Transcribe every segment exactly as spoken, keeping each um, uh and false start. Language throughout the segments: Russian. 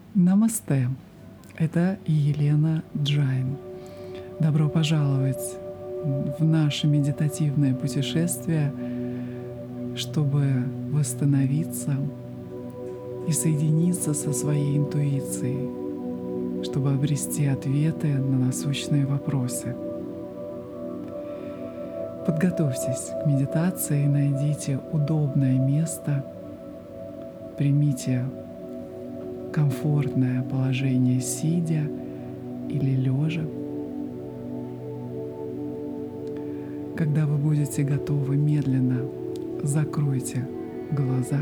Намасте! Это Елена Джайн. Добро пожаловать в наше медитативное путешествие, чтобы восстановиться и соединиться со своей интуицией, чтобы обрести ответы на насущные вопросы. Подготовьтесь к медитации, найдите удобное место, примите комфортное положение сидя или лежа. Когда вы будете готовы, медленно закройте глаза.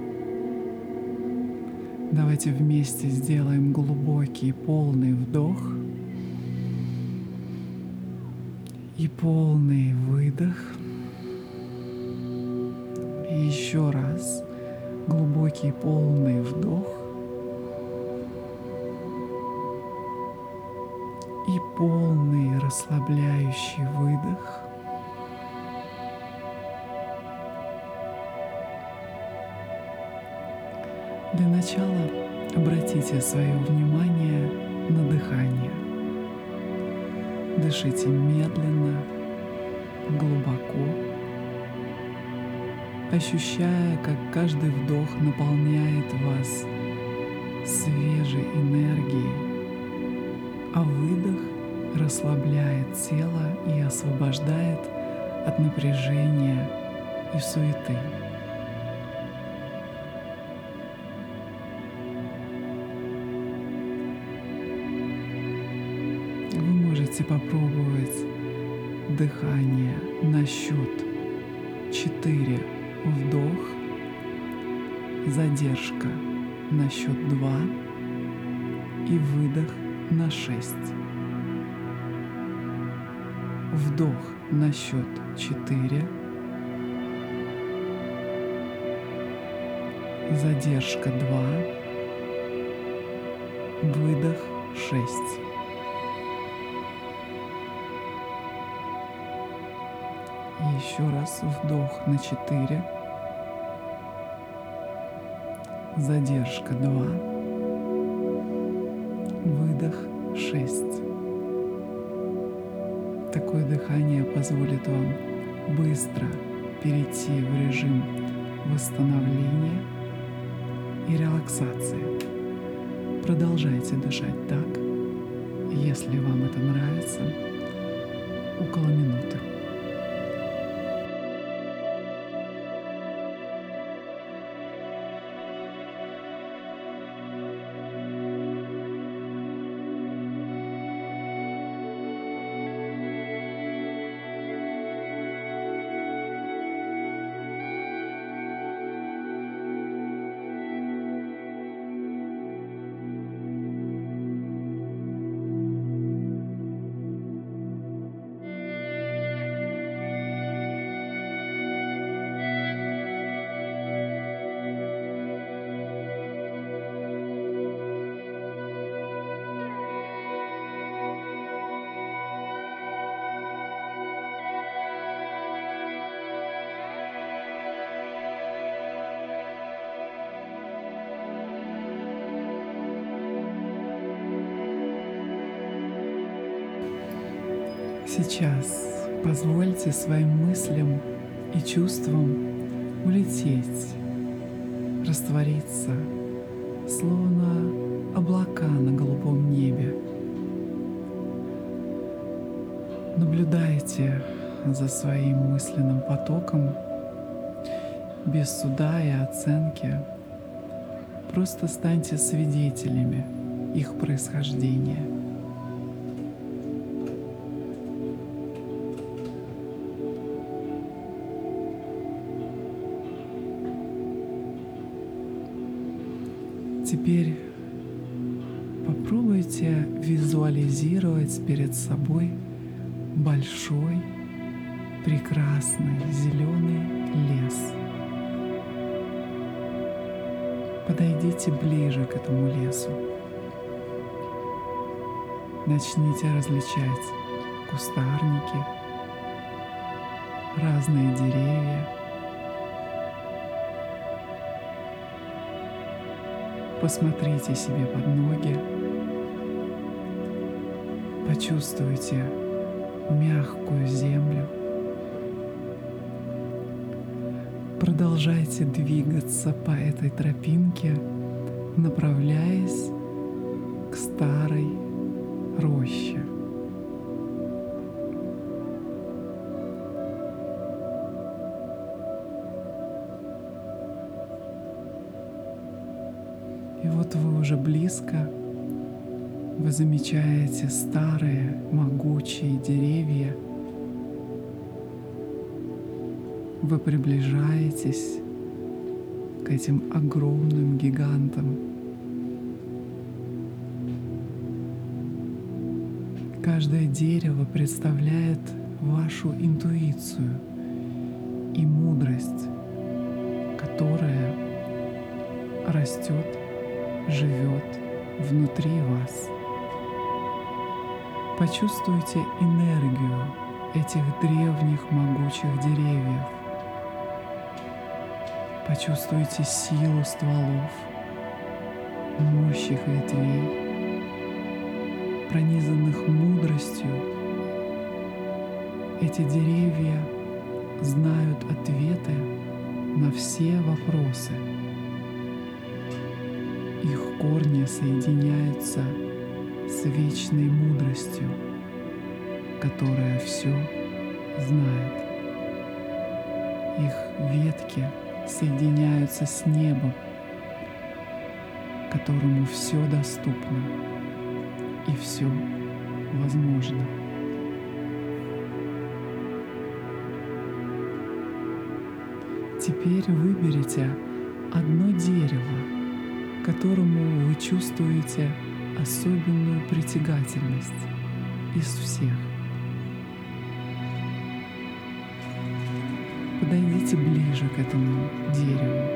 Давайте вместе сделаем глубокий полный вдох и полный выдох. И еще раз глубокий полный вдох и полный расслабляющий выдох. Для начала обратите свое внимание на дыхание. Дышите медленно, глубоко, ощущая, как каждый вдох наполняет вас свежей энергией, а выдох расслабляет тело и освобождает от напряжения и суеты. Вы можете попробовать дыхание на счет четыре вдох, задержка на счет два и выдох на шесть. Вдох на счет четыре, задержка два, выдох шесть. И еще раз вдох на четыре, задержка два, выдох шесть. Такое дыхание позволит вам быстро перейти в режим восстановления и релаксации. Продолжайте дышать так, если вам это нравится, около минуты. Сейчас позвольте своим мыслям и чувствам улететь, раствориться, словно облака на голубом небе. Наблюдайте за своим мысленным потоком без суда и оценки. Просто станьте свидетелями их происхождения. Теперь попробуйте визуализировать перед собой большой, прекрасный зеленый лес. Подойдите ближе к этому лесу. Начните различать кустарники, разные деревья. Посмотрите себе под ноги, почувствуйте мягкую землю. Продолжайте двигаться по этой тропинке, направляясь к старой роще. И вот вы уже близко, вы замечаете старые могучие деревья. Вы приближаетесь к этим огромным гигантам. Каждое дерево представляет вашу интуицию и мудрость, которая растет, живет внутри вас. Почувствуйте энергию этих древних могучих деревьев. Почувствуйте силу стволов, мощь их ветвей, пронизанных мудростью. Эти деревья знают ответы на все вопросы. Их корни соединяются с вечной мудростью, которая все знает. Их ветки соединяются с небом, которому все доступно и все возможно. Теперь выберите одно дерево, которому вы чувствуете особенную притягательность из всех. Подойдите ближе к этому дереву.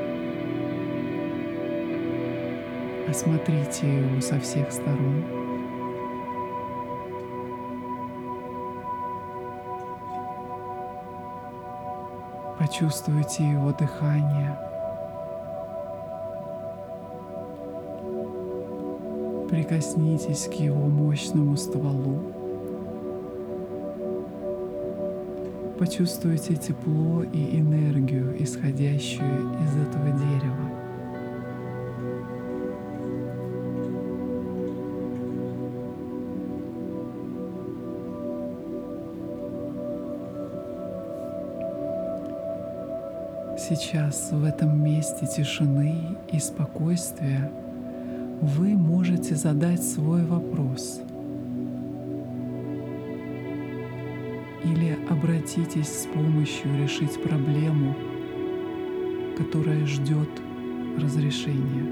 Осмотрите его со всех сторон. Почувствуйте его дыхание. Прикоснитесь к его мощному стволу. Почувствуйте тепло и энергию, исходящую из этого дерева. Сейчас в этом месте тишины и спокойствия вы можете задать свой вопрос или обратитесь с помощью решить проблему, которая ждет разрешения.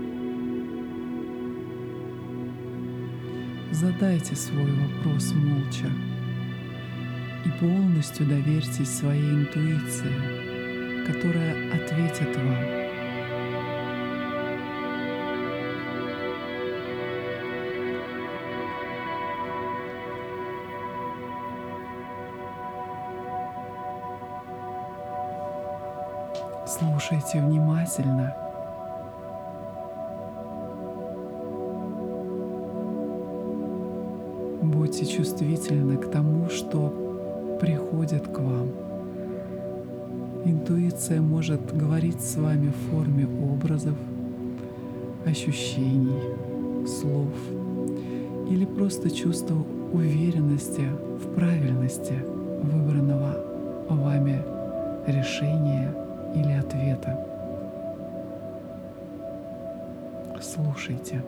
Задайте свой вопрос молча и полностью доверьтесь своей интуиции, которая ответит вам. Слушайте внимательно. Будьте чувствительны к тому, что приходит к вам. Интуиция может говорить с вами в форме образов, ощущений, слов или просто чувства уверенности в правильности выбранного вами решения или ответа. Слушайте.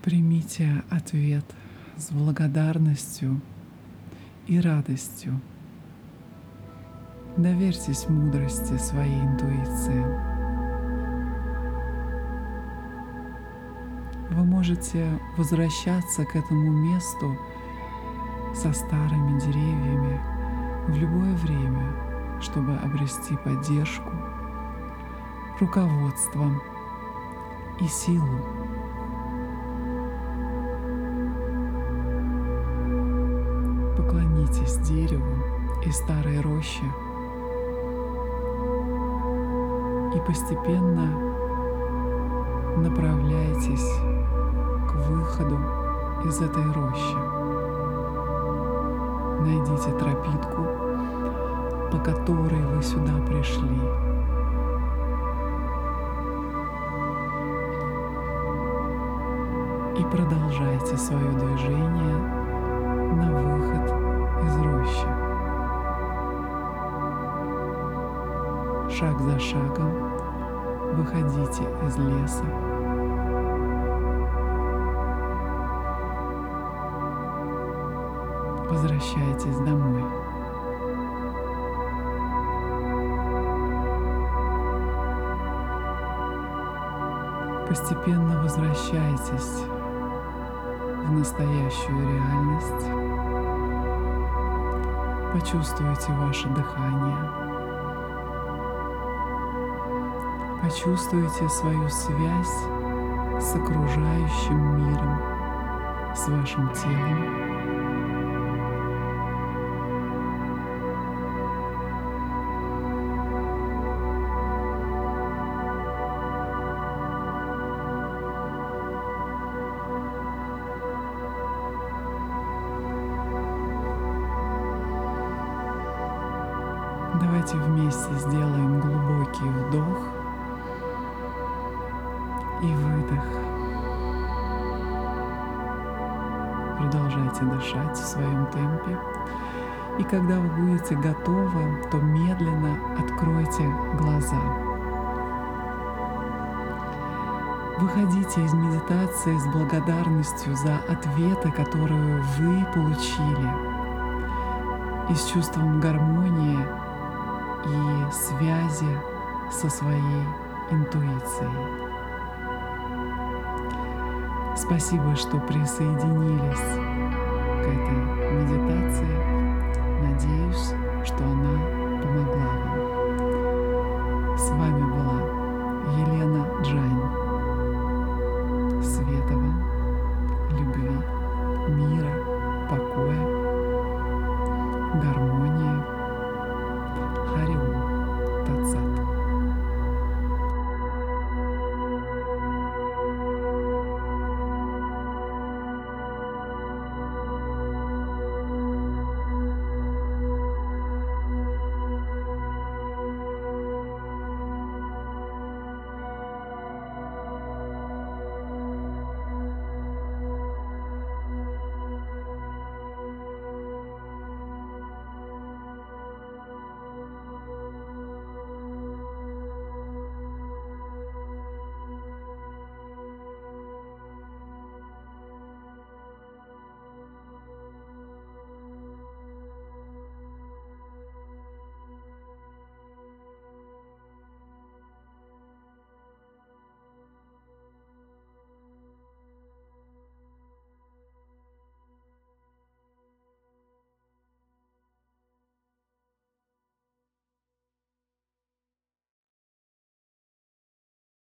Примите ответ с благодарностью и радостью. Доверьтесь мудрости своей интуиции. Вы можете возвращаться к этому месту со старыми деревьями в любое время, чтобы обрести поддержку, руководство и силу. Поклонитесь дереву и старой роще и постепенно направляйтесь к выходу из этой рощи. Найдите тропинку, по которой вы сюда пришли. И продолжайте свое движение на выход из рощи. Шаг за шагом выходите из леса. Возвращайтесь домой. Постепенно возвращайтесь в настоящую реальность. Почувствуйте ваше дыхание. Почувствуйте свою связь с окружающим миром, с вашим телом. Давайте вместе сделаем глубокий вдох и выдох. Продолжайте дышать в своем темпе. И когда вы будете готовы, то медленно откройте глаза. Выходите из медитации с благодарностью за ответы, которые вы получили, и с чувством гармонии и связи со своей интуицией. Спасибо, что присоединились к этой медитации.